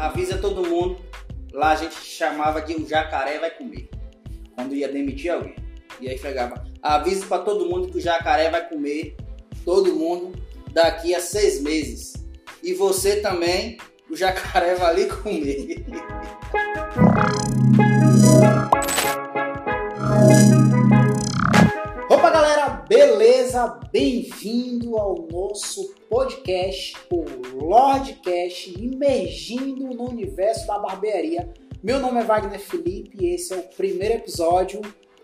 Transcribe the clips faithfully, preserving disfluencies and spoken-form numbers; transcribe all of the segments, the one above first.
avisa todo mundo. Lá a gente chamava de o jacaré vai comer, quando ia demitir alguém. E aí chegava, avisa para todo mundo que o jacaré vai comer todo mundo daqui a seis meses. E você também, o jacaré vai ali comer. Opa galera, beleza? Bem-vindo ao nosso podcast, o Lordcast, imergindo no universo da barbearia. Meu nome é Wagner Felipe e esse é o primeiro episódio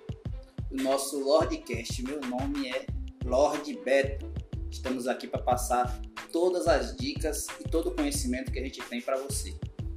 do nosso Lordcast. Meu nome é Lord Beto. Estamos aqui para passar todas as dicas e todo o conhecimento que a gente tem para você.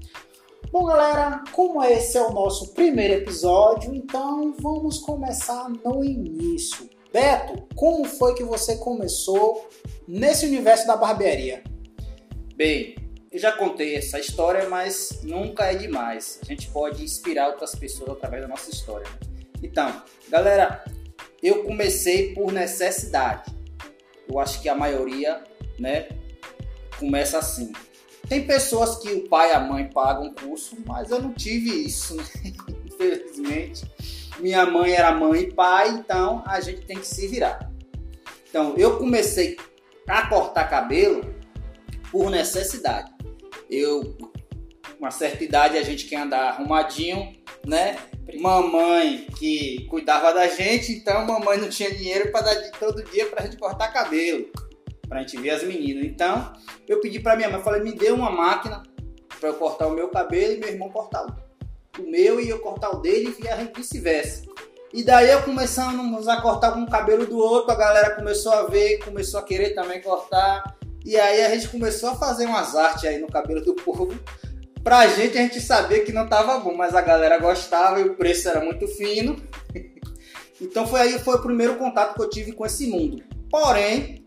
Bom galera, como esse é o nosso primeiro episódio, então vamos começar no início. Beto, como foi que você começou nesse universo da barbearia? Bem, eu já contei essa história, mas nunca é demais. A gente pode inspirar outras pessoas através da nossa história, né? Então, galera, eu comecei por necessidade. Eu acho que a maioria, né, começa assim. Tem pessoas que o pai e a mãe pagam um curso, mas eu não tive isso, né? Infelizmente. Minha mãe era mãe e pai, então a gente tem que se virar. Então, eu comecei a cortar cabelo por necessidade. Eu, com uma certa idade, a gente quer andar arrumadinho, né? Mamãe que cuidava da gente, então mamãe não tinha dinheiro para dar todo dia pra gente cortar cabelo, pra gente ver as meninas. Então, eu pedi pra minha mãe, falei, me dê uma máquina pra eu cortar o meu cabelo e meu irmão cortar o meu e eu cortar o dele e a gente vice-versa. E daí eu começamos a cortar com o cabelo do outro, a galera começou a ver, começou a querer também cortar. E aí a gente começou a fazer umas artes aí no cabelo do povo. Pra gente, a gente sabia que não tava bom, mas a galera gostava e o preço era muito fino. Então foi aí foi o primeiro contato que eu tive com esse mundo. Porém,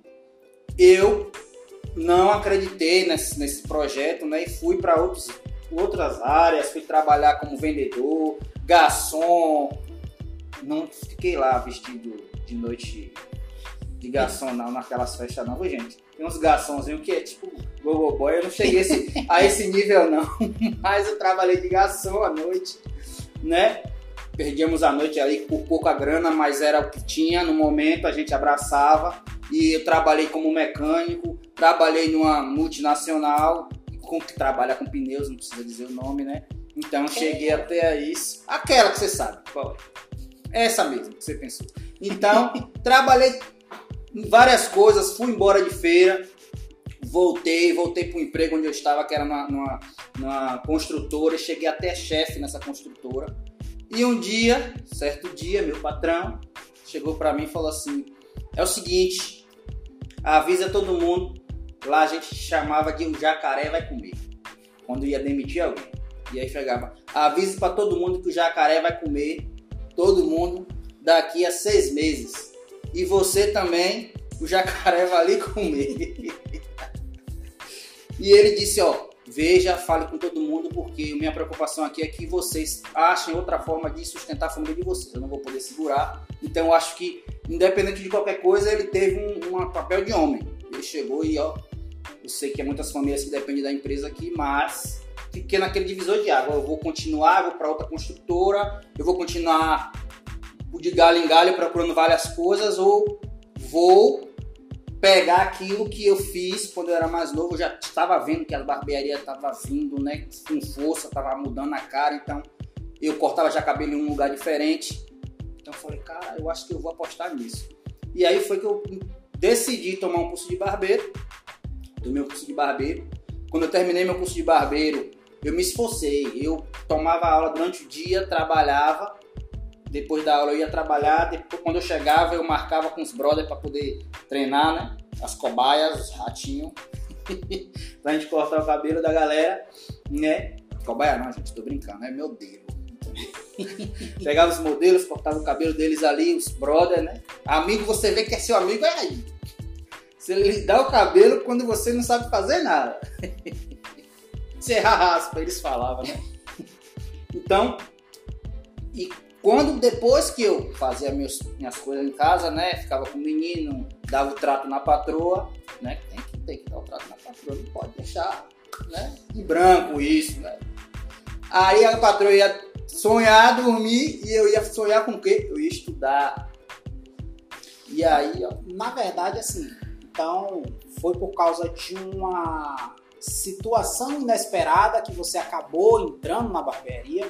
eu não acreditei nesse, nesse projeto, né? E fui para outras áreas, fui trabalhar como vendedor, garçom. Não fiquei lá vestido de noite de garçom não, naquelas festas não, gente. Tem uns garçonzinhos que é tipo gogo boy, eu não cheguei esse, a esse nível não, mas eu trabalhei de garçom à noite, né? Perdíamos a noite ali por pouca grana, mas era o que tinha no momento, a gente abraçava. E eu trabalhei como mecânico, trabalhei numa multinacional com, que trabalha com pneus, não precisa dizer o nome, né? Então cheguei até a isso, aquela que você sabe qual é, essa mesmo que você pensou. Então trabalhei em várias coisas, fui embora de feira, voltei, voltei para o emprego onde eu estava, que era numa, numa, numa construtora, cheguei até chefe nessa construtora. E um dia, certo dia, meu patrão chegou para mim e falou assim, é o seguinte, avisa todo mundo, lá a gente chamava de o jacaré vai comer, quando ia demitir alguém. E aí chegava, avisa para todo mundo que o jacaré vai comer todo mundo daqui a seis meses. E você também, o jacaré vai ali comer. E ele disse, ó, veja, fale com todo mundo, porque minha preocupação aqui é que vocês achem outra forma de sustentar a família de vocês. Eu não vou poder segurar. Então eu acho que, independente de qualquer coisa, ele teve um, um papel de homem. Ele chegou e, ó, eu sei que é muitas famílias que dependem da empresa aqui, mas fiquei naquele divisor de água. Eu vou continuar, vou para outra construtora, eu vou continuar de galho em galho procurando várias coisas, ou vou pegar aquilo que eu fiz quando eu era mais novo. Eu já estava vendo que a barbearia estava vindo, né, com força, estava mudando a cara, então eu cortava já cabelo em um lugar diferente. Então eu falei, cara, eu acho que eu vou apostar nisso. E aí foi que eu decidi tomar um curso de barbeiro, do meu curso de barbeiro. Quando eu terminei meu curso de barbeiro, eu me esforcei, eu tomava aula durante o dia, trabalhava. Depois da aula eu ia trabalhar, depois quando eu chegava eu marcava com os brothers para poder treinar, né? As cobaias, os ratinhos, pra gente cortar o cabelo da galera, né? Cobaia não, gente, tô brincando, é meu Deus. Pegava os modelos, cortava o cabelo deles ali, os brothers, né? Amigo, você vê que é seu amigo, é aí. Você lhe dá o cabelo quando você não sabe fazer nada. Você raspa, eles falavam, né? Então, e quando depois que eu fazia meus, minhas coisas em casa, né, ficava com o menino, dava o trato na patroa, né, tem que, tem que dar o trato na patroa, não pode deixar né? De branco isso, né? Aí a patroa ia sonhar, dormir, e eu ia sonhar com o quê? Eu ia estudar. E aí, ó. Na verdade, assim, então foi por causa de uma situação inesperada que você acabou entrando na barbearia.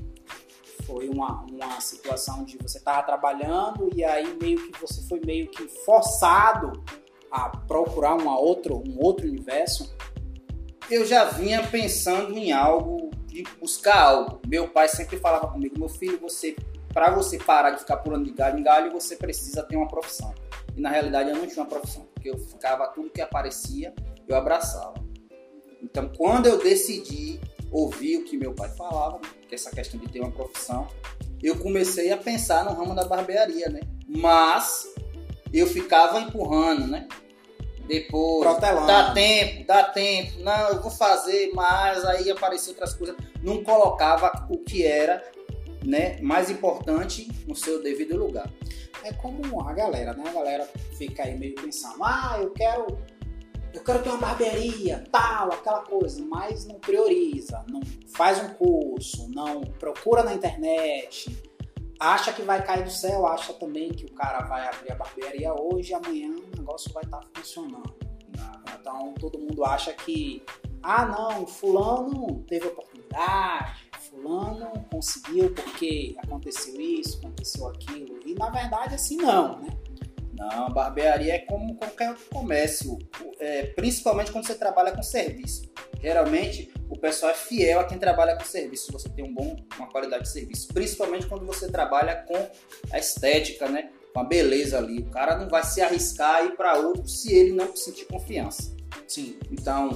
Foi uma, uma situação de você estava trabalhando e aí meio que você foi meio que forçado a procurar uma outro, um outro universo. Eu já vinha pensando em algo, de buscar algo. Meu pai sempre falava comigo, meu filho, você, para você parar de ficar pulando de galho em galho, você precisa ter uma profissão. E na realidade eu não tinha uma profissão, porque eu ficava, tudo que aparecia, eu abraçava. Então quando eu decidi ouvir o que meu pai falava, que essa questão de ter uma profissão, eu comecei a pensar no ramo da barbearia, né? Mas eu ficava empurrando, né? Depois, Protelando. dá tempo, dá tempo, não, eu vou fazer, mas aí apareciam outras coisas. Não colocava o que era, né, mais importante no seu devido lugar. É como a galera, né? A galera fica aí meio pensando, ah, eu quero, eu quero ter uma barbearia, tal, aquela coisa, mas não prioriza, não faz um curso, não procura na internet, acha que vai cair do céu, acha também que o cara vai abrir a barbearia hoje e amanhã o negócio vai estar funcionando. Então todo mundo acha que, ah não, fulano teve oportunidade, fulano conseguiu porque aconteceu isso, aconteceu aquilo. E na verdade assim não, né? Não, a barbearia é como qualquer outro comércio, é, principalmente quando você trabalha com serviço. Geralmente o pessoal é fiel a quem trabalha com serviço, se você tem um bom, uma qualidade de serviço. Principalmente quando você trabalha com a estética, né? Com a beleza ali. O cara não vai se arriscar a ir para outro se ele não sentir confiança. Sim. Então,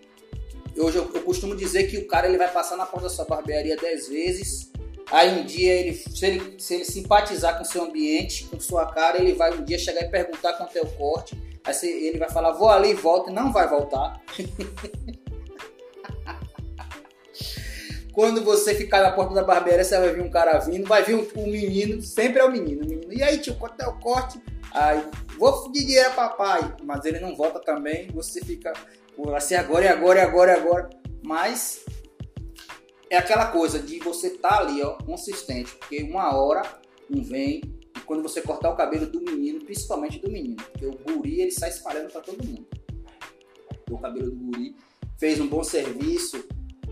hoje eu, eu costumo dizer que o cara ele vai passar na porta da sua barbearia dez vezes. Aí um dia, ele, se, ele, se ele simpatizar com o seu ambiente, com sua cara, ele vai um dia chegar e perguntar quanto é o corte. Aí você, ele vai falar, vou ali e volto, e não vai voltar. Quando você ficar na porta da barbearia, você vai ver um cara vindo, vai vir um, um menino, sempre é o menino, o menino. E aí, tio, quanto é o corte? Aí, vou pedir dinheiro, papai. Mas ele não volta também, você fica, assim, agora, é agora, é agora, é agora. Mas é aquela coisa de você estar tá ali, ó, consistente, porque uma hora um vem, e quando você cortar o cabelo do menino, principalmente do menino, porque o guri, ele sai espalhando para todo mundo. O cabelo do guri fez um bom serviço.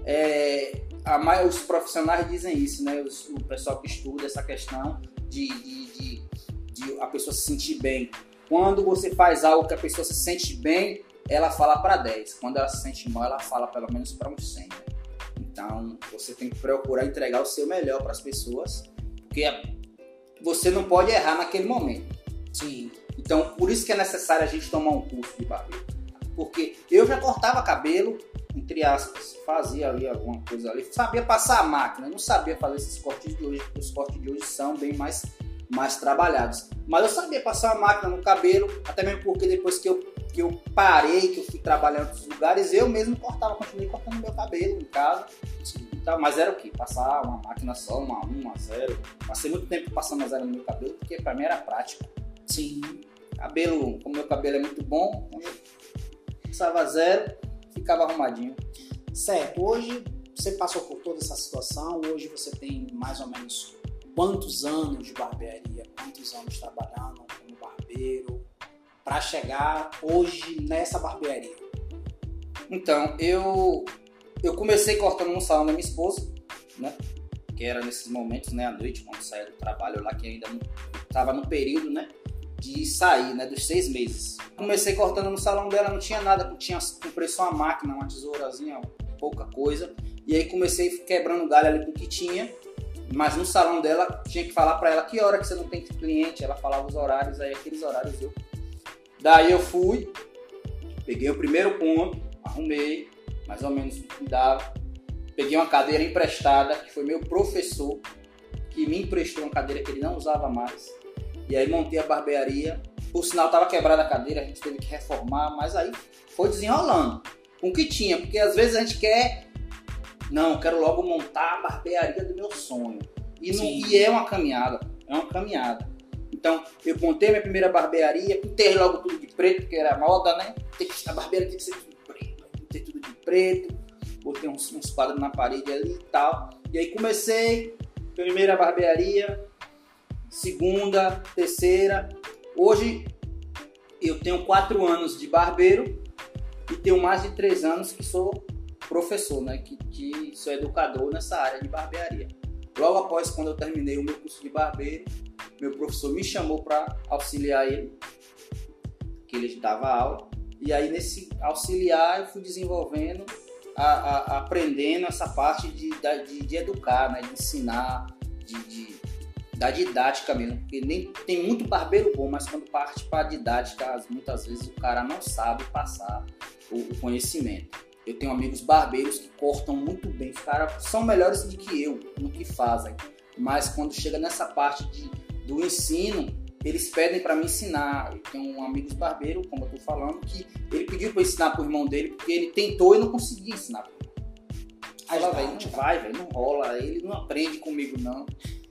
É, a, os profissionais dizem isso, né? Os, o pessoal que estuda essa questão de, de, de, de a pessoa se sentir bem. Quando você faz algo que a pessoa se sente bem, ela fala para dez. Quando ela se sente mal, ela fala pelo menos para uns cem. Né? Então, você tem que procurar entregar o seu melhor para as pessoas, porque você não pode errar naquele momento. Sim. Então, por isso que é necessário a gente tomar um curso de barbeiro. Porque eu já cortava cabelo, entre aspas, fazia ali alguma coisa ali, sabia passar a máquina, não sabia fazer esses cortes de hoje, porque os cortes de hoje são bem mais, mais trabalhados. Mas eu sabia passar a máquina no cabelo, até mesmo porque depois que eu, que eu parei, que eu fui trabalhar em outros lugares, eu mesmo cortava, continuei cortando meu cabelo em casa. Então, mas era o quê? Passar uma máquina só, uma um, uma zero. Passei muito tempo passando a zero no meu cabelo, porque pra mim era prática. Sim. Cabelo, como meu cabelo é muito bom, eu passava zero, ficava arrumadinho. Certo, hoje você passou por toda essa situação, hoje você tem mais ou menos quantos anos de barbearia, quantos anos trabalhando como barbeiro, para chegar hoje nessa barbearia? Então, eu, eu comecei cortando no salão da minha esposa, né? Que era nesses momentos, né, à noite, quando saía do trabalho lá, que ainda estava no período, né, de sair, né, dos seis meses. Comecei cortando no salão dela, não tinha nada, tinha, comprei só uma máquina, uma tesourazinha, pouca coisa, e aí comecei quebrando galho ali com o que tinha, mas no salão dela tinha que falar pra ela que hora que você não tem cliente, ela falava os horários, aí aqueles horários eu... Daí eu fui, peguei o primeiro ponto, arrumei, mais ou menos o que dava, peguei uma cadeira emprestada, que foi meu professor, que me emprestou uma cadeira que ele não usava mais, e aí montei a barbearia. Por sinal, estava quebrada a cadeira, a gente teve que reformar, mas aí foi desenrolando com o que tinha, porque às vezes a gente quer, não, eu quero logo montar a barbearia do meu sonho, e, não, e é uma caminhada, é uma caminhada. Então, eu montei minha primeira barbearia, pintei logo tudo de preto, porque era moda, né? A barbearia tem que ser tudo preto, pintei tudo de preto, botei uns, uns quadros na parede ali e tal. E aí comecei, primeira barbearia, segunda, terceira. Hoje eu tenho quatro anos de barbeiro e tenho mais de três anos que sou professor, né? Que, que sou educador nessa área de barbearia. Logo após, quando eu terminei o meu curso de barbeiro, meu professor me chamou para auxiliar ele, que ele dava aula. E aí, nesse auxiliar, eu fui desenvolvendo, a, a, aprendendo essa parte de, de, de educar, né? De ensinar, de, de, da didática mesmo. Porque nem, tem muito barbeiro bom, mas quando parte para a didática, muitas vezes o cara não sabe passar o, o conhecimento. Eu tenho amigos barbeiros que cortam muito bem, os caras são melhores do que eu no que fazem. Mas quando chega nessa parte de, do ensino, eles pedem para me ensinar. Eu tenho um amigo barbeiro, como eu tô falando, que ele pediu para ensinar pro irmão dele, porque ele tentou e não conseguia ensinar pro irmão. Aí fala, velho, não vai, velho, não rola, ele não aprende comigo, não.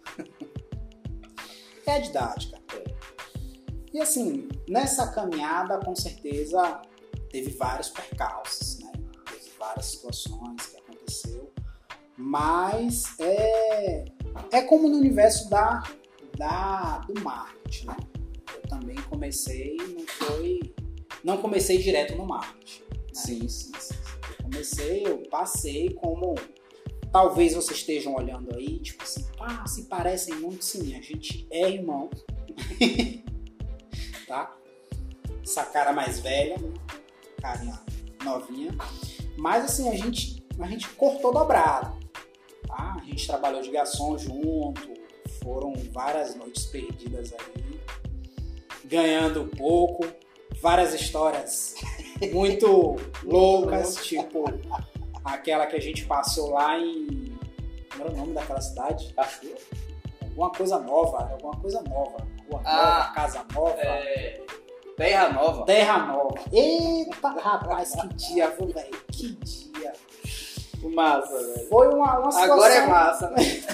É didática. E assim, nessa caminhada, com certeza, teve vários percalços, né? Teve várias situações que aconteceu, mas é, é como no universo da, da, do marketing, né? Eu também comecei, não foi, não comecei direto no marketing. Né? Sim, sim, sim. Eu comecei, eu passei como, talvez vocês estejam olhando aí, tipo assim, ah, se parecem muito, sim, a gente é irmão, tá? Essa cara mais velha, carinha novinha, mas assim, a gente, a gente cortou dobrado, tá? A gente trabalhou de garçom junto, foram várias noites perdidas aí, ganhando pouco, várias histórias muito loucas, tipo aquela que a gente passou lá em... Como era o nome daquela cidade? Cachoeira? Alguma coisa nova, alguma coisa nova. Rua Ah, nova, casa nova. É... Terra Nova. Terra Nova. Eita, rapaz, que dia, viu, velho? Que dia. Massa, velho. Foi uma, uma situação... Agora é massa, né?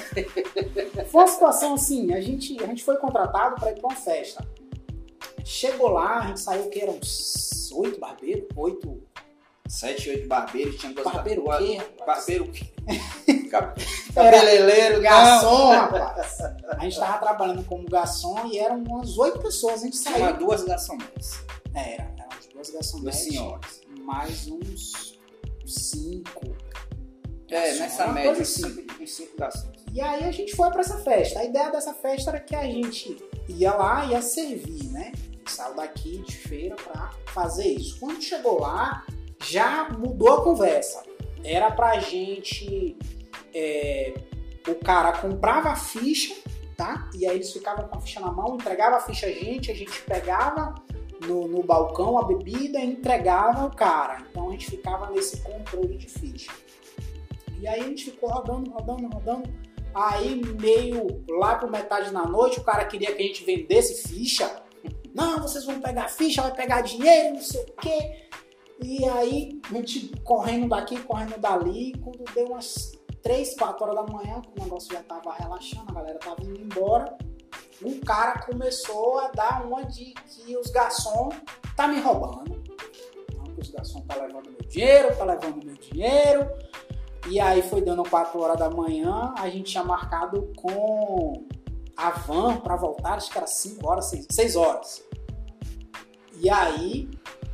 Foi uma situação assim, a gente, a gente foi contratado para ir para uma festa. Chegou lá, a gente saiu que eram uns oito barbeiros, oito... Sete, oito barbeiros, tinha duas Barbeiro o duas- quê, rapaz? Barbeiro o quê? Cabeleireiro, Garçom, rapaz. A gente tava trabalhando como garçom e eram umas oito pessoas. A gente Tinha saiu. duas garçonetes, É, Era, eram as duas duas garçonetes. senhoras. Mais uns cinco. É, Garçom, nessa uma média, coisa uns assim. cinco, uns cinco garçons. E aí a gente foi pra essa festa. A ideia dessa festa era que a gente ia lá e ia servir, né? Saiu daqui de feira pra fazer isso. Quando chegou lá, já mudou a conversa. Era pra gente... É, o cara comprava a ficha, tá? E aí eles ficavam com a ficha na mão, entregava a ficha a gente, a gente pegava no, no balcão a bebida e entregava o cara. Então a gente ficava nesse controle de ficha. E aí a gente ficou rodando, rodando, rodando. Aí meio lá por metade da noite, o cara queria que a gente vendesse ficha. Não, vocês vão pegar ficha, vai pegar dinheiro, não sei o quê. E aí a gente correndo daqui, correndo dali, quando deu umas três, quatro horas da manhã, o negócio já tava relaxando, a galera tava indo embora, um cara começou a dar uma de que os garçons tá me roubando. Não, que os garçons tá levando meu dinheiro, tá levando meu dinheiro. E aí foi dando quatro horas da manhã, a gente tinha marcado com a van pra voltar, acho que era cinco horas, seis horas. E aí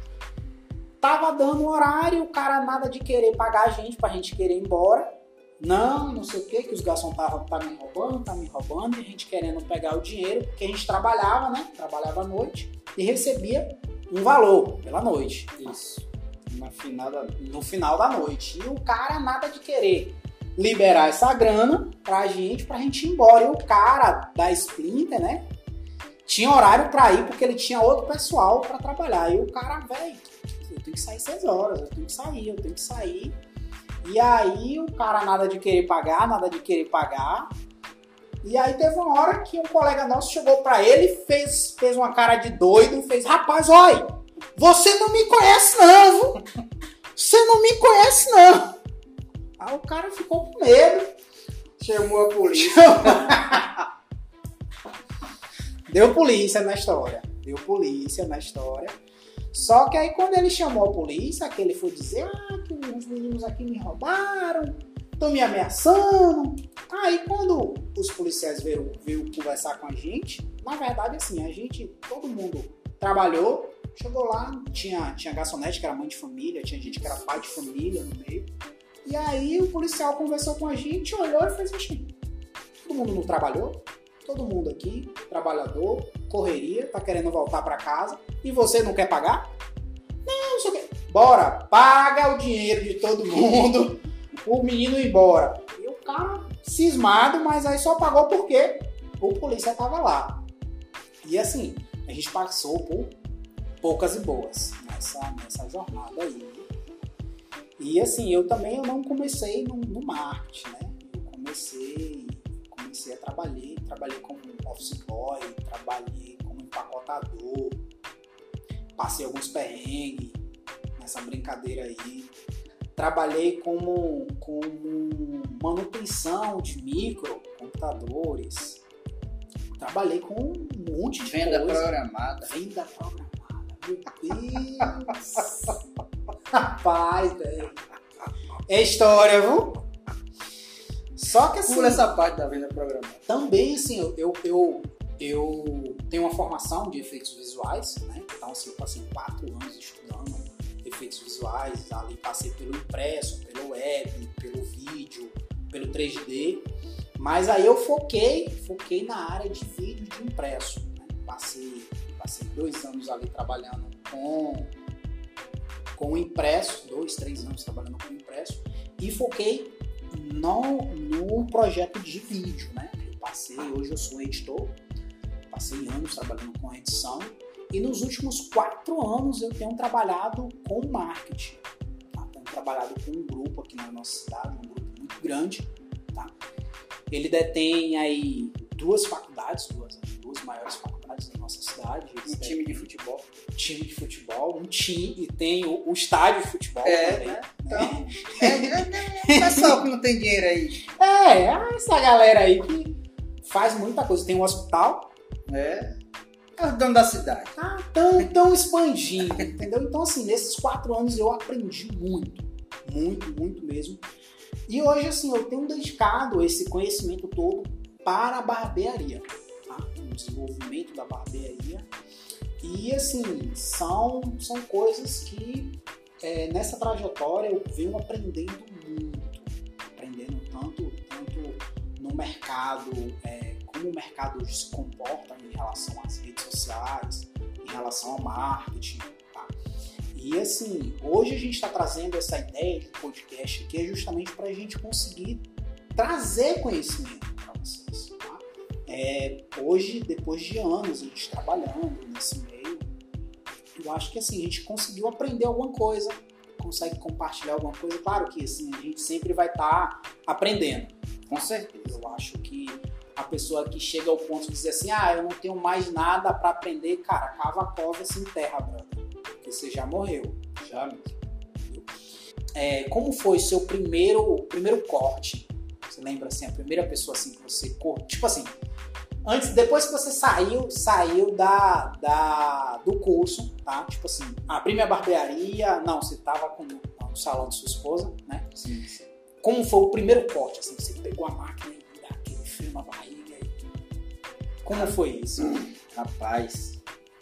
tava dando horário, o cara nada de querer pagar a gente pra gente querer ir embora. Não, não sei o que, que os garçons estavam tá me roubando, tá me roubando, e a gente querendo pegar o dinheiro, porque a gente trabalhava, né? Trabalhava à noite e recebia um valor pela noite. Isso. No final da noite. No final da noite. E o cara nada de querer liberar essa grana pra gente, pra gente ir embora. E o cara da Splinter, né? Tinha horário pra ir, porque ele tinha outro pessoal pra trabalhar. E o cara, velho, eu tenho que sair seis horas, eu tenho que sair, eu tenho que sair. E aí o cara nada de querer pagar, nada de querer pagar. E aí teve uma hora que um colega nosso chegou pra ele, fez, fez uma cara de doido, fez, rapaz, olha, você não me conhece não, viu? Você não me conhece não. Aí o cara ficou com medo. Chamou a polícia. Deu polícia na história. Deu polícia na história. Só que aí quando ele chamou a polícia, que ele foi dizer, ah, que os meninos aqui me roubaram, estão me ameaçando. Aí quando os policiais veio, veio conversar com a gente, na verdade assim, a gente, todo mundo trabalhou, chegou lá, tinha, tinha garçonete que era mãe de família, tinha gente que era pai de família no meio. E aí o policial conversou com a gente, olhou e fez assim, todo mundo não trabalhou? Todo mundo aqui, trabalhador, correria, tá querendo voltar para casa e você não quer pagar? Não, não sei o quê. Bora, paga o dinheiro de todo mundo, o menino ir embora. E o cara cismado, mas aí só pagou porque o polícia tava lá. E assim, a gente passou por poucas e boas nessa, nessa jornada aí. E assim, eu também eu não comecei no, no marketing, né? Eu comecei, comecei a trabalhar, trabalhei como office boy, trabalhei como empacotador, passei alguns perrengues nessa brincadeira aí. Trabalhei como, como manutenção de micro, computadores. Trabalhei com um monte de Venda coisa. programada. Venda programada. Meu Deus. Rapaz, velho. É história, viu? Só que assim... Pula essa parte da venda programada. Também, assim, eu, eu, eu, eu tenho uma formação de efeitos visuais, né? Então, assim, eu passei quatro anos estudando efeitos visuais, ali passei pelo impresso, pelo web, pelo vídeo, pelo três D, mas aí eu foquei, foquei na área de vídeo de impresso, né? Passei, passei dois anos ali trabalhando com, com impresso, dois, três anos trabalhando com impresso, e foquei no, no projeto de vídeo, né? Eu passei, hoje eu sou editor, passei anos trabalhando com edição, e nos últimos quatro anos eu tenho trabalhado com marketing. Tá? Tenho trabalhado com um grupo aqui na nossa cidade, um grupo muito grande. Tá? Ele detém aí duas faculdades, duas, duas maiores faculdades da nossa cidade. Um time de futebol. Time de futebol, um time, e tem o, o estádio de futebol é, também. Né? Né? Então, é, é, é pessoal que não tem dinheiro aí. É, essa galera aí que faz muita coisa. Tem um hospital. É. É o dono da cidade. Ah, tão, tão expandindo, entendeu? Então, assim, nesses quatro anos eu aprendi muito, muito, muito mesmo. E hoje, assim, eu tenho dedicado esse conhecimento todo para a barbearia, tá? O desenvolvimento da barbearia. E, assim, são, são coisas que é, nessa trajetória eu venho aprendendo muito. Aprendendo tanto, tanto no mercado, é, como o mercado se comporta em relação às redes sociais, em relação ao marketing, tá? E assim, hoje a gente está trazendo essa ideia de podcast aqui é justamente para a gente conseguir trazer conhecimento para vocês, tá? É, hoje, depois de anos a gente trabalhando nesse meio, eu acho que assim, a gente conseguiu aprender alguma coisa, consegue compartilhar alguma coisa. Claro que assim, a gente sempre vai estar tá aprendendo. Com certeza. Eu acho que a pessoa que chega ao ponto de dizer assim, ah, eu não tenho mais nada para aprender, cara, cava a cova e se enterra, brother. Porque você já morreu. Já mesmo. É, como foi seu primeiro, primeiro corte? Você lembra assim, a primeira pessoa assim que você cortou? Tipo assim, antes, depois que você saiu, saiu da, da, do curso, tá? Tipo assim, abri minha barbearia, não, você tava com, no salão de sua esposa, né? Sim, sim. Como foi o primeiro corte? Assim, você pegou a máquina e dá aquele frio na barriga. E... Como foi isso? Rapaz,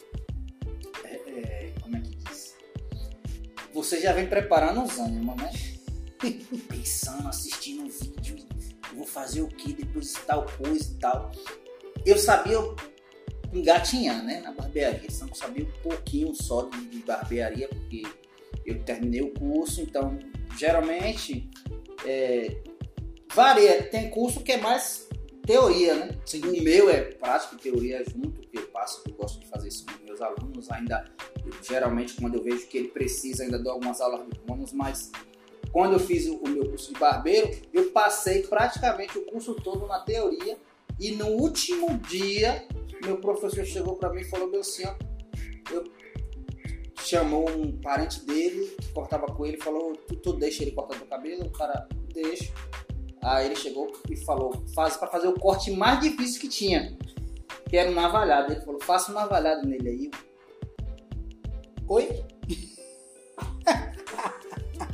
é, é, como é que diz? Você já vem preparando os ânimos, né? Pensando, assistindo um vídeo, vou fazer o que depois de tal coisa e tal. Eu sabia engatinhar, né, na barbearia, só não sabia um pouquinho só de, de barbearia, porque eu terminei o curso, então geralmente é, varia, tem curso que é mais teoria, né? Sim. O meu é prática e teoria junto, que eu passo, eu gosto de fazer isso com meus alunos, ainda, eu, geralmente quando eu vejo que ele precisa, ainda dou algumas aulas de bônus, mas quando eu fiz o, o meu curso de barbeiro, eu passei praticamente o curso todo na teoria, e no último dia, meu professor chegou para mim e falou bem assim, ó, eu, chamou um parente dele, que cortava com ele, falou, tu, tu deixa ele cortar teu cabelo? O cara, deixa. Aí ele chegou e falou, faz para fazer o corte mais difícil que tinha, que era um navalhado. Ele falou, faça um navalhado nele aí. Oi? Tá bom.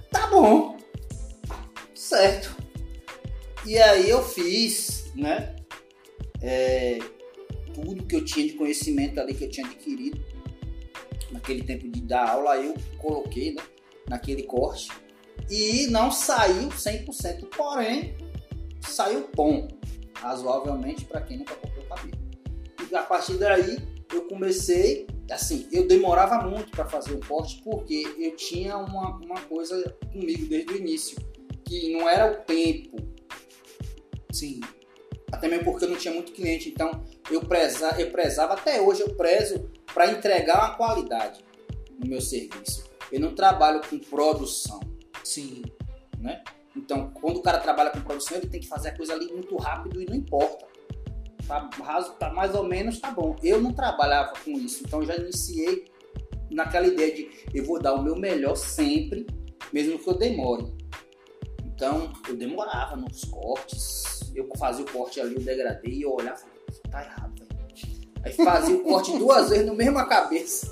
bom. Certo. E aí eu fiz, né? É, tudo que eu tinha de conhecimento ali, que eu tinha adquirido naquele tempo de dar aula, eu coloquei, né, naquele corte. E não saiu cem por cento, porém, saiu bom, razoavelmente, para quem nunca cortou o cabelo. E a partir daí, eu comecei, assim, eu demorava muito para fazer o corte, porque eu tinha uma, uma coisa comigo desde o início, que não era o tempo, sim, até mesmo porque eu não tinha muito cliente, então eu, preza, eu prezava, até hoje eu prezo para entregar uma qualidade no meu serviço. Eu não trabalho com produção, sim, né? Então, quando o cara trabalha com produção, ele tem que fazer a coisa ali muito rápido e não importa. Tá, tá mais ou menos, tá bom. Eu não trabalhava com isso, então eu já iniciei naquela ideia de eu vou dar o meu melhor sempre, mesmo que eu demore. Então, eu demorava nos cortes, eu fazia o corte ali, eu degradei e eu olhava e falava, tá errado, velho. Aí fazia o corte duas vezes no mesma cabeça.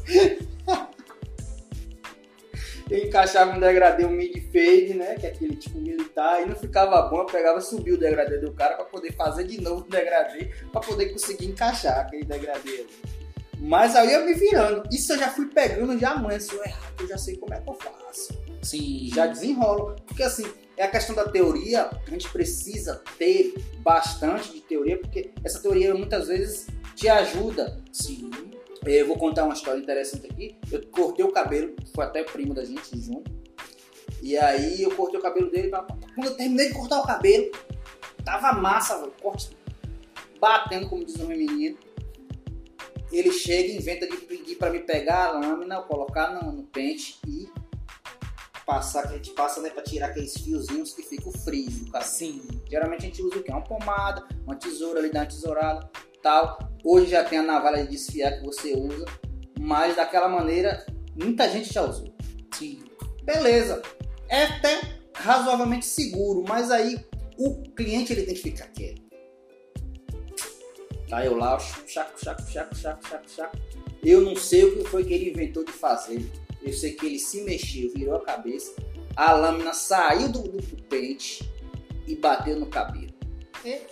Eu encaixava um degradê, um mid-fade, né, que é aquele tipo militar, e não ficava bom, eu pegava, subia o degradê do cara para poder fazer de novo o degradê, para poder conseguir encaixar aquele degradê ali. Mas aí eu me virando, isso eu já fui pegando já amanhã, se eu errar, eu já sei como é que eu faço. Sim. Já desenrolo, porque assim, é a questão da teoria, a gente precisa ter bastante de teoria, porque essa teoria muitas vezes te ajuda. Sim. Eu vou contar uma história interessante aqui. Eu cortei o cabelo, foi até primo da gente junto. E aí eu cortei o cabelo dele. Quando eu terminei de cortar o cabelo, tava massa, velho. Corte batendo, como diz o meu menino. Ele chega e inventa de pedir pra me pegar a lâmina, colocar no, no pente e passar, que a gente passa, né, pra tirar aqueles fiozinhos que ficam frios. Assim, geralmente a gente usa o quê? Uma pomada, uma tesoura ali, dá uma tesourada, tal. Hoje já tem a navalha de desfiar que você usa, mas daquela maneira muita gente já usou. Sim. Beleza. É até razoavelmente seguro, mas aí o cliente ele tem que ficar quieto. Tá eu lá, chaco, chaco, chaco, chaco, chaco, chaco. Eu não sei o que foi que ele inventou de fazer. Eu sei que ele se mexeu, virou a cabeça, a lâmina saiu do, do pente e bateu no cabelo. É.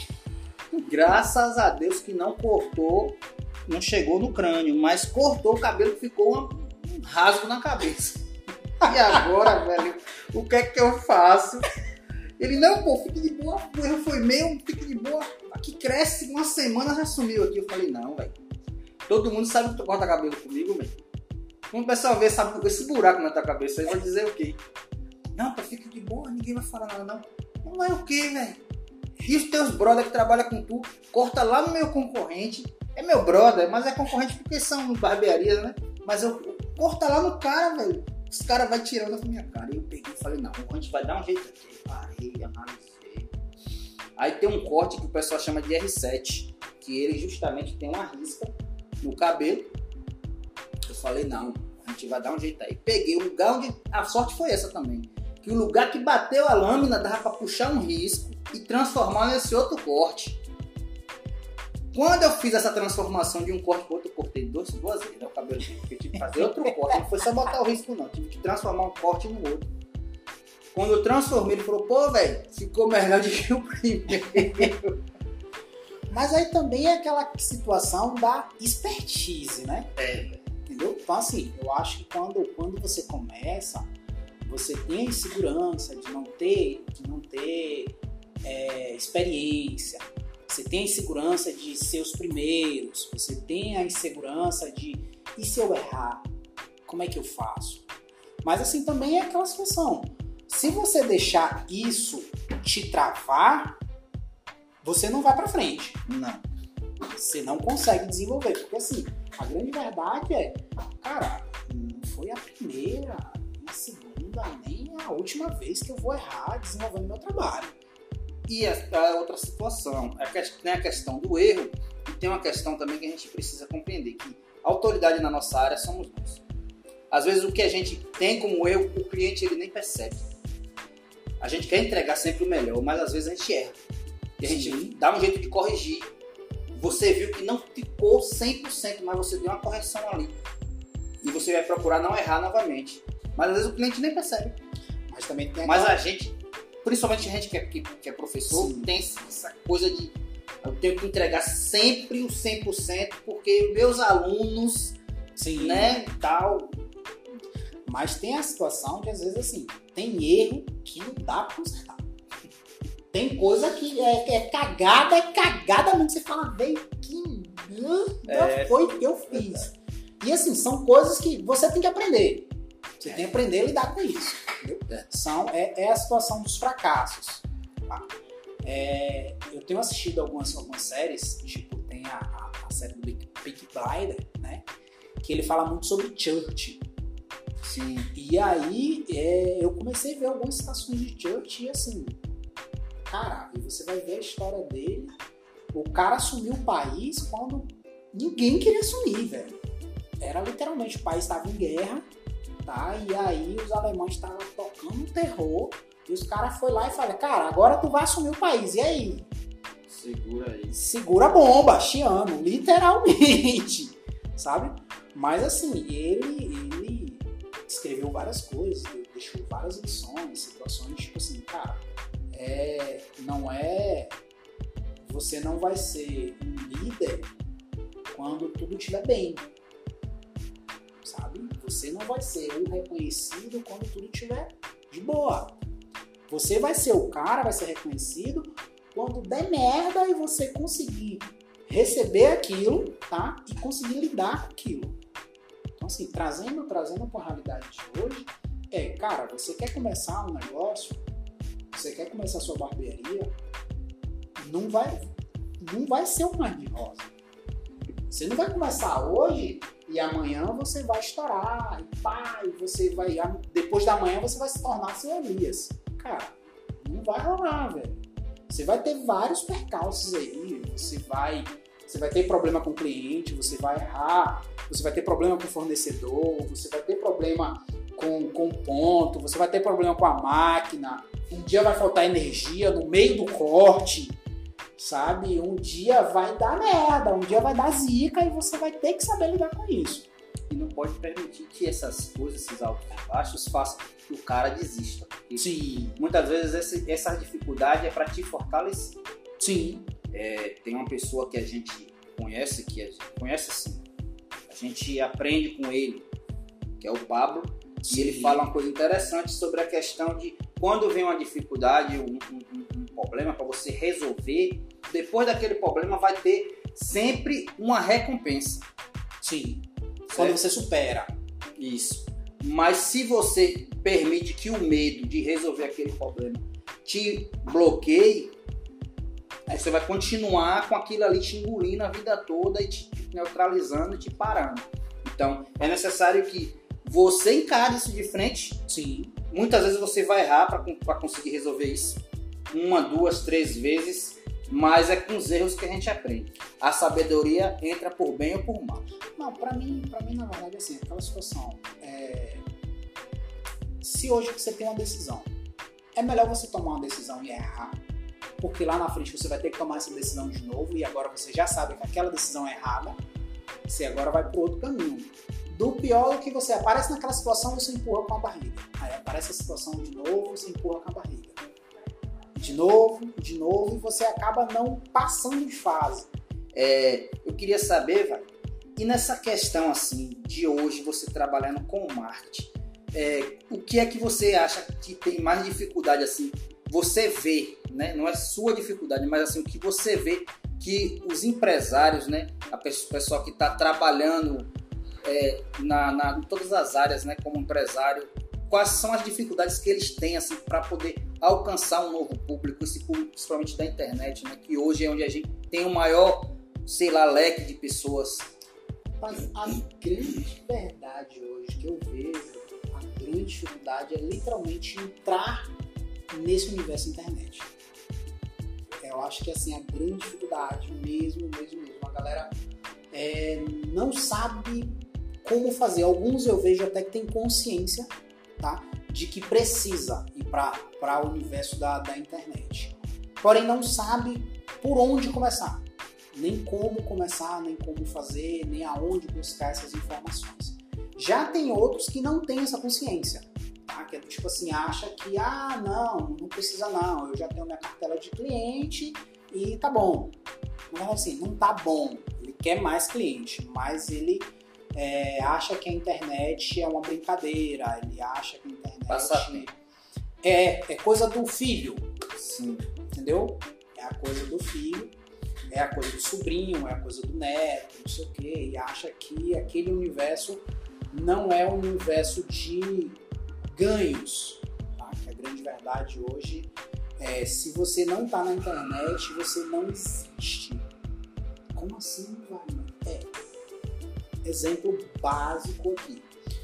Graças a Deus que não cortou, não chegou no crânio, mas cortou o cabelo que ficou um, um rasgo na cabeça. E agora, velho, o que é que eu faço? Ele, não, pô, fique de boa, o erro foi meu, fique de boa. Aqui cresce, uma semana já sumiu aqui. Eu falei, não, velho. Todo mundo sabe que tu corta cabelo comigo, velho. Quando o pessoal ver sabe, esse buraco na tua cabeça, aí vai dizer o quê? Não, pô, fique de boa, ninguém vai falar nada, não. Não é o quê, velho? E os teus brother que trabalham com tu, corta lá no meu concorrente. É meu brother, mas é concorrente porque são barbearias, né? Mas eu, eu corta lá no cara, velho. Os caras vão tirando da minha cara. E eu peguei e falei, não, a gente vai dar um jeito aqui. Parei, analisei. Aí tem um corte que o pessoal chama de R sete, que ele justamente tem uma risca no cabelo. Eu falei, não, a gente vai dar um jeito aí. Peguei o lugar onde... A sorte foi essa também. Que o lugar que bateu a lâmina dava pra puxar um risco e transformar nesse outro corte. Quando eu fiz essa transformação de um corte para outro, eu cortei dois, duas vezes, né, o cabelo, porque eu tive que fazer outro corte. Não foi só botar o risco, não. Eu tive que transformar um corte no outro. Quando eu transformei, ele falou, pô, velho, ficou melhor do que o primeiro. Mas aí também é aquela situação da expertise, né? É, velho. Entendeu? Então, assim, eu acho que quando, quando você começa, você tem a insegurança de não ter, de não ter é, experiência. Você tem a insegurança de ser os primeiros. Você tem a insegurança de, e se eu errar? Como é que eu faço? Mas assim, também é aquela situação. Se você deixar isso te travar, você não vai pra frente. Não. Você não consegue desenvolver. Porque assim, a grande verdade é, cara, não foi a primeira, nem a segunda, nem a última vez que eu vou errar desenvolvendo meu trabalho. E a, a outra situação, a que, tem a questão do erro e tem uma questão também que a gente precisa compreender, que a autoridade na nossa área somos nós. Às vezes o que a gente tem como erro, o cliente ele nem percebe. A gente quer entregar sempre o melhor, mas às vezes a gente erra. E a gente Sim. dá um jeito de corrigir. Você viu que não ficou cem por cento, mas você deu uma correção ali. E você vai procurar não errar novamente. Mas às vezes o cliente nem percebe. Mas também tem Mas aquela... a gente, principalmente a gente que é, que, que é professor, Sim. tem essa coisa de eu tenho que entregar sempre o cem por cento porque meus alunos, Sim. né, tal... Mas tem a situação de, às vezes, assim, tem erro que não dá pra consertar. Tem coisa que é, é cagada, é cagada mesmo. Você fala, velho, que merda é. foi que eu fiz. E, assim, são coisas que você tem que aprender. Você é. tem que aprender a lidar com isso. Entendeu? É. São, é, é a situação dos fracassos. Tá? É, eu tenho assistido algumas, algumas séries, tipo, tem a, a, a série do Peaky Blinders, né? Que ele fala muito sobre Church. Sim. E aí é, eu comecei a ver algumas citações de Church e assim, cara, e você vai ver a história dele. O cara assumiu o país quando ninguém queria assumir, velho. Era literalmente, o país estava em guerra, tá? E aí os alemães estavam tocando terror e os caras foram lá e falaram, cara, agora tu vai assumir o país, e aí? Segura aí. Segura a bomba, te amo, literalmente, sabe? Mas assim, ele... ele escreveu várias coisas, deixou várias lições, situações, tipo assim, cara, é, não é... Você não vai ser um líder quando tudo estiver bem, sabe? Você não vai ser um reconhecido quando tudo estiver de boa. Você vai ser o cara, vai ser reconhecido quando der merda e você conseguir receber aquilo, tá? E conseguir lidar com aquilo. Então, assim, trazendo, trazendo para a realidade de hoje, é, cara, você quer começar um negócio, você quer começar a sua barbearia, não vai, não vai ser um mar de rosa. Você não vai começar hoje e amanhã você vai estourar, e pá, e você vai, depois da manhã você vai se tornar seu Elias. Cara, não vai rolar, velho. Você vai ter vários percalços aí, você vai, você vai ter problema com o cliente, você vai errar, você vai ter problema com o fornecedor, você vai ter problema com, com o ponto, você vai ter problema com a máquina, um dia vai faltar energia no meio do corte, sabe? Um dia vai dar merda, um dia vai dar zica e você vai ter que saber lidar com isso. E não pode permitir que essas coisas, esses altos e baixos, façam que o cara desista. Porque Sim. Muitas vezes esse, essa dificuldade é para te fortalecer. Sim. É, tem uma pessoa que a gente conhece, que a gente conhece assim, a gente aprende com ele, que é o Pablo, Sim. E ele fala uma coisa interessante sobre a questão de quando vem uma dificuldade, um, um, um problema para você resolver, depois daquele problema vai ter sempre uma recompensa. Sim. Quando você supera. Isso. Mas se você permite que o medo de resolver aquele problema te bloqueie, você vai continuar com aquilo ali te engolindo a vida toda e te neutralizando e te parando. Então, é necessário que você encare isso de frente. Sim. Muitas vezes você vai errar para conseguir resolver isso. Uma, duas, três vezes. Mas é com os erros que a gente aprende. A sabedoria entra por bem ou por mal. Não, pra mim, pra mim na verdade, assim, aquela situação. É... Se hoje você tem uma decisão, é melhor você tomar uma decisão e errar, porque lá na frente você vai ter que tomar essa decisão de novo e agora você já sabe que aquela decisão é errada, você agora vai pro outro caminho. Do pior é que você aparece naquela situação e você empurra com a barriga. Aí aparece a situação de novo, você empurra com a barriga. De novo, de novo, e você acaba não passando de fase. É, eu queria saber, vai, e nessa questão assim, de hoje, você trabalhando com marketing, é, o que é que você acha que tem mais dificuldade, assim, você vê, né, não é sua dificuldade, mas assim, o que você vê que os empresários, né, a pessoa que está trabalhando é, na, na, em todas as áreas, né, como empresário, quais são as dificuldades que eles têm assim, para poder alcançar um novo público, esse público principalmente da internet, né? Que hoje é onde a gente tem o maior, sei lá, leque de pessoas. Mas a grande verdade hoje que eu vejo, a grande dificuldade é literalmente entrar nesse universo internet. Eu acho que assim, a grande dificuldade mesmo, mesmo, mesmo. A galera é, não sabe como fazer. Alguns eu vejo até que tem consciência, tá? De que precisa ir para o universo da, da internet. Porém, não sabe por onde começar. Nem como começar, nem como fazer, nem aonde buscar essas informações. Já tem outros que não têm essa consciência. Tá? Que é do tipo assim, acha que, ah, não, não precisa não, eu já tenho minha cartela de cliente e tá bom. Não, assim, não tá bom, ele quer mais cliente, mas ele é, acha que a internet é uma brincadeira, ele acha que a internet Passa é, é coisa do filho. Sim. Entendeu? É a coisa do filho, é a coisa do sobrinho, é a coisa do neto, não sei o quê, e acha que aquele universo não é um universo de ganhos, tá? Que a grande verdade hoje é, se você não está na internet, você não existe. Como assim, Wagner? É. Exemplo básico aqui.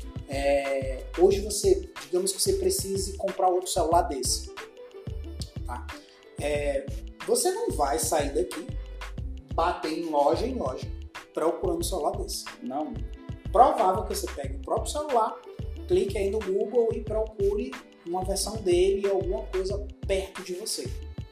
É, hoje você, digamos que você precise comprar outro celular desse, tá? É, você não vai sair daqui, bater em loja em loja, procurando um celular desse. Não. Provável que você pegue o próprio celular, clique aí no Google e procure uma versão dele, alguma coisa perto de você.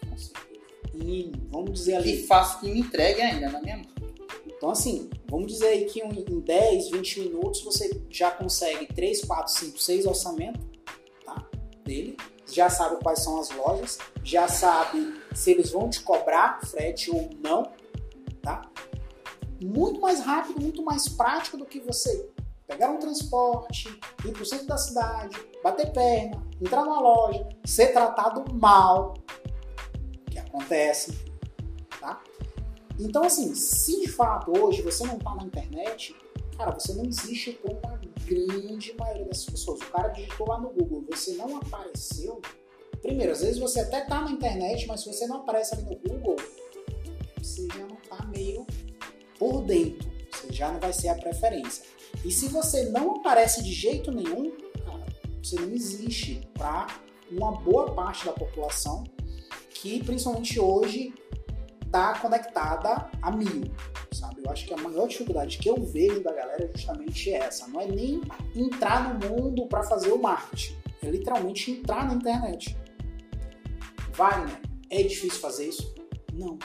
E vamos dizer ali... Que faço que me entregue ainda na minha mão. Então assim, vamos dizer aí que em dez, vinte minutos você já consegue três, quatro, cinco, seis orçamentos, tá, dele. Já sabe quais são as lojas, já sabe se eles vão te cobrar frete ou não, tá? Muito mais rápido, muito mais prático do que você pegar um transporte, ir pro centro da cidade, bater perna, entrar numa loja, ser tratado mal, que acontece, tá? Então assim, se de fato hoje você não tá na internet, cara, você não existe para uma grande maioria das pessoas. O cara digitou lá no Google, você não apareceu. Primeiro, às vezes você até tá na internet, mas se você não aparece ali no Google, você já não tá meio por dentro. Você já não vai ser a preferência. E se você não aparece de jeito nenhum, cara, você não existe para uma boa parte da população que, principalmente hoje, tá conectada a mil, sabe? Eu acho que a maior dificuldade que eu vejo da galera é justamente essa. Não é nem entrar no mundo para fazer o marketing. É literalmente entrar na internet. Wagner, é difícil fazer isso? Não.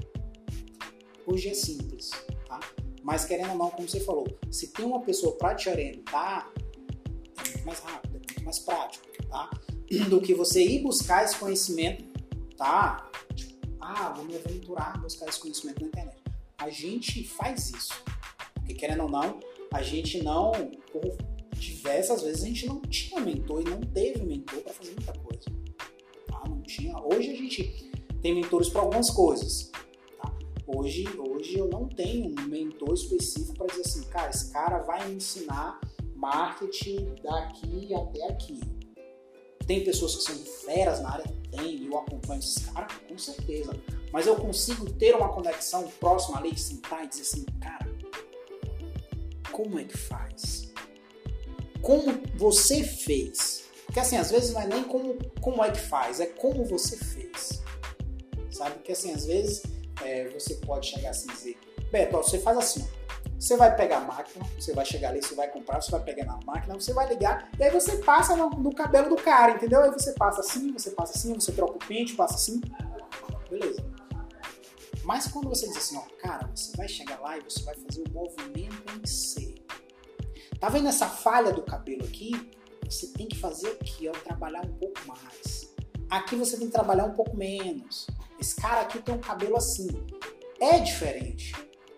Hoje é simples, tá? Mas querendo ou não, como você falou, se tem uma pessoa para te orientar, é muito mais rápido, é muito mais prático, tá? Do que você ir buscar esse conhecimento, tá? Ah, vou me aventurar a buscar esse conhecimento na internet. A gente faz isso. Porque querendo ou não, a gente não, por diversas vezes, a gente não tinha mentor e não teve mentor para fazer muita coisa. Tá? Não tinha. Hoje a gente tem mentores para algumas coisas. Tá? Hoje, hoje eu não tenho um mentor específico para dizer assim, cara, esse cara vai me ensinar marketing daqui até aqui. Tem pessoas que são feras na área? Tem, eu acompanho esses caras, com certeza. Mas eu consigo ter uma conexão próxima ali, sentar e dizer assim, cara, como é que faz? Como você fez? Porque assim, às vezes não é nem como, como é que faz, é como você fez. Sabe? Porque assim, às vezes é, você pode chegar assim e dizer, Beto, ó, você faz assim, ó. Você vai pegar a máquina, você vai chegar ali, você vai comprar, você vai pegar na máquina, você vai ligar, e aí você passa no, no cabelo do cara, entendeu? Aí você passa assim, você passa assim, você troca o pente, passa assim, beleza. Mas quando você diz assim, ó, cara, você vai chegar lá e você vai fazer o movimento em C. Tá vendo essa falha do cabelo aqui? Você tem que fazer aqui, ó, trabalhar um pouco mais. Aqui você tem que trabalhar um pouco menos. Esse cara aqui tem um cabelo assim. É diferente.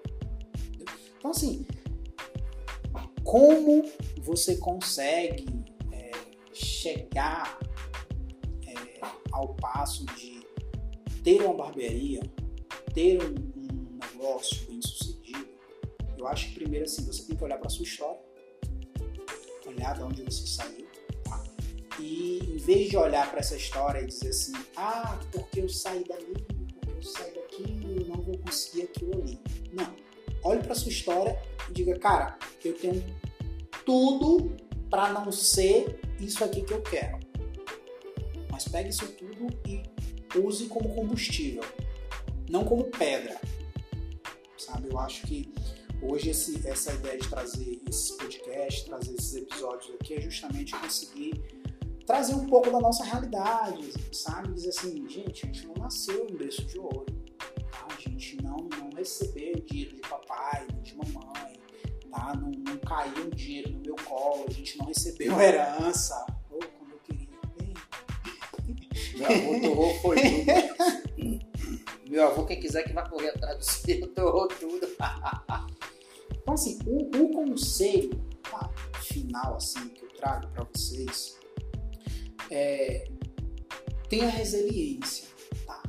Então, assim, como você consegue é, chegar é, ao passo de ter uma barbearia, ter um, um negócio bem sucedido? Eu acho que primeiro, assim, você tem que olhar para a sua história, olhar de onde você saiu, tá? E em vez de olhar para essa história e dizer assim, ah, porque eu saí dali, porque eu saí daqui, eu não vou conseguir aquilo ali. Não. Olhe para sua história e diga, cara, eu tenho tudo para não ser isso aqui que eu quero. Mas pegue isso tudo e use como combustível, não como pedra. Sabe? Eu acho que hoje esse, essa ideia de trazer esses podcasts, trazer esses episódios aqui é justamente conseguir trazer um pouco da nossa realidade, sabe? Dizer assim, gente, a gente não nasceu em berço de ouro. A gente não, não recebeu dinheiro de papai, de mamãe, tá? Não, não caiu dinheiro no meu colo, a gente não recebeu herança. Pô, quando eu Meu avô torrou foi tudo. Meu avô, quem quiser que vai correr atrás do seu, torrou tudo. Então, assim, o, o conselho tá, final assim, que eu trago para vocês é tenha resiliência, tá?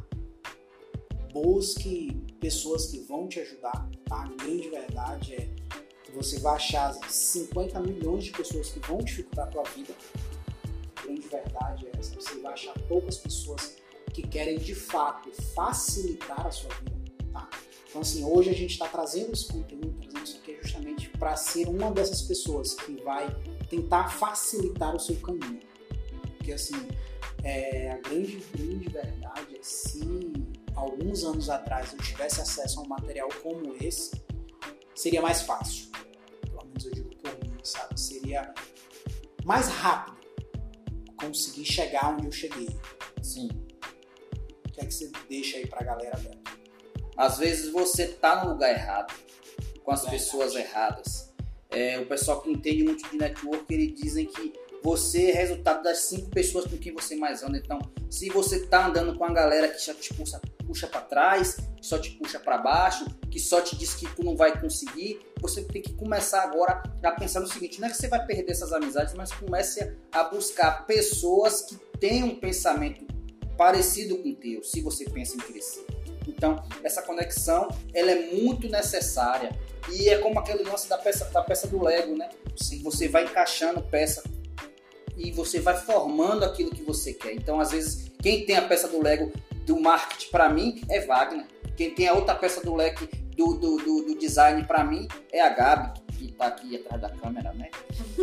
Busque pessoas que vão te ajudar, tá? A grande verdade é que você vai achar cinquenta milhões de pessoas que vão dificultar a tua vida. A grande verdade é essa, você vai achar poucas pessoas que querem de fato facilitar a sua vida, tá? Então, assim, hoje a gente está trazendo esse conteúdo, trazendo isso aqui justamente para ser uma dessas pessoas que vai tentar facilitar o seu caminho. Porque, assim, é, a grande, grande verdade é se alguns anos atrás eu tivesse acesso a um material como esse, seria mais fácil. Pelo menos eu digo por mim, sabe? Seria mais rápido conseguir chegar onde eu cheguei. Sim. O que é que você deixa aí pra galera, Beto? Às vezes você tá no lugar errado, com as Verdade. pessoas erradas. É, o pessoal que entende muito de network, eles dizem que você é resultado das cinco pessoas com quem você mais anda. Então, se você tá andando com a galera que só te puxa, puxa para trás, que só te puxa para baixo, que só te diz que tu não vai conseguir, você tem que começar agora a pensar no seguinte: não é que você vai perder essas amizades, mas comece a buscar pessoas que tenham um pensamento parecido com o teu, se você pensa em crescer. Então, essa conexão, ela é muito necessária. E é como aquele lance da peça, da peça do Lego, né? Você vai encaixando peça e você vai formando aquilo que você quer. Então, às vezes, quem tem a peça do Lego do marketing para mim é Wagner. Quem tem a outra peça do leque do, do, do, do design para mim é a Gabi, que tá aqui atrás da câmera, né?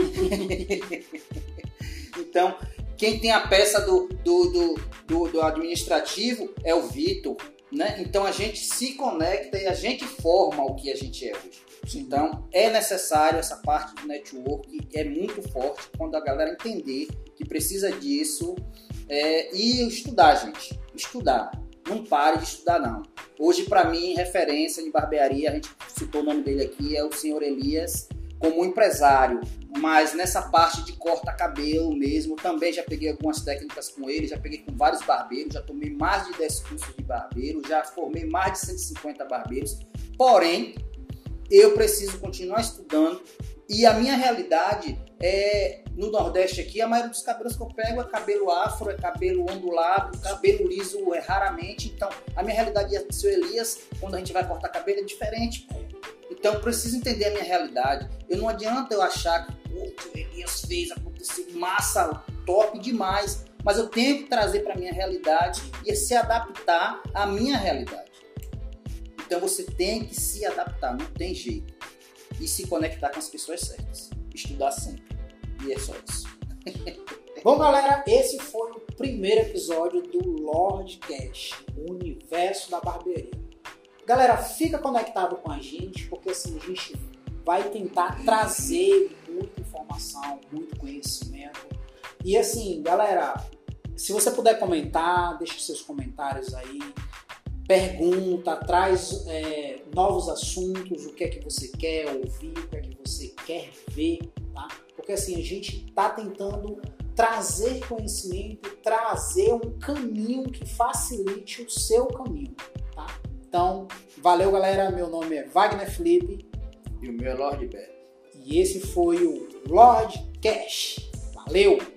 Então, quem tem a peça do, do, do, do, do administrativo é o Vitor, né? Então a gente se conecta e a gente forma o que a gente é hoje. Então é necessário essa parte do network, é muito forte quando a galera entender que precisa disso é, e estudar, gente. Estudar. Não pare de estudar, não. Hoje, para mim, referência de barbearia, a gente citou o nome dele aqui, é o senhor Elias, como empresário, mas nessa parte de corta-cabelo mesmo, também já peguei algumas técnicas com ele, já peguei com vários barbeiros, já tomei mais de dez cursos de barbeiro, já formei mais de cento e cinquenta barbeiros, porém, eu preciso continuar estudando e a minha realidade é, no Nordeste aqui, a maioria dos cabelos que eu pego é cabelo afro, é cabelo ondulado, cabelo liso é raramente, então a minha realidade é o seu Elias, quando a gente vai cortar cabelo é diferente. Então eu preciso entender a minha realidade. Eu não adianta eu achar que o que o Elias fez, aconteceu massa, top demais, mas eu tenho que trazer para a minha realidade e se adaptar à minha realidade. Então você tem que se adaptar, não tem jeito. E se conectar com as pessoas certas. Estudar sempre. E é só isso. Bom, galera, esse foi o primeiro episódio do Lordcast, o universo da barbearia. Galera, fica conectado com a gente, porque assim a gente vai tentar trazer muita informação, muito conhecimento. E assim, galera, se você puder comentar, deixa seus comentários aí, pergunta, traz é, novos assuntos, o que é que você quer ouvir, o que é que você quer ver, tá? Porque assim, a gente tá tentando trazer conhecimento, trazer um caminho que facilite o seu caminho, tá? Então, valeu, galera. Meu nome é Wagner Felipe. E o meu é Lord Beto. E esse foi o Lordcast. Valeu!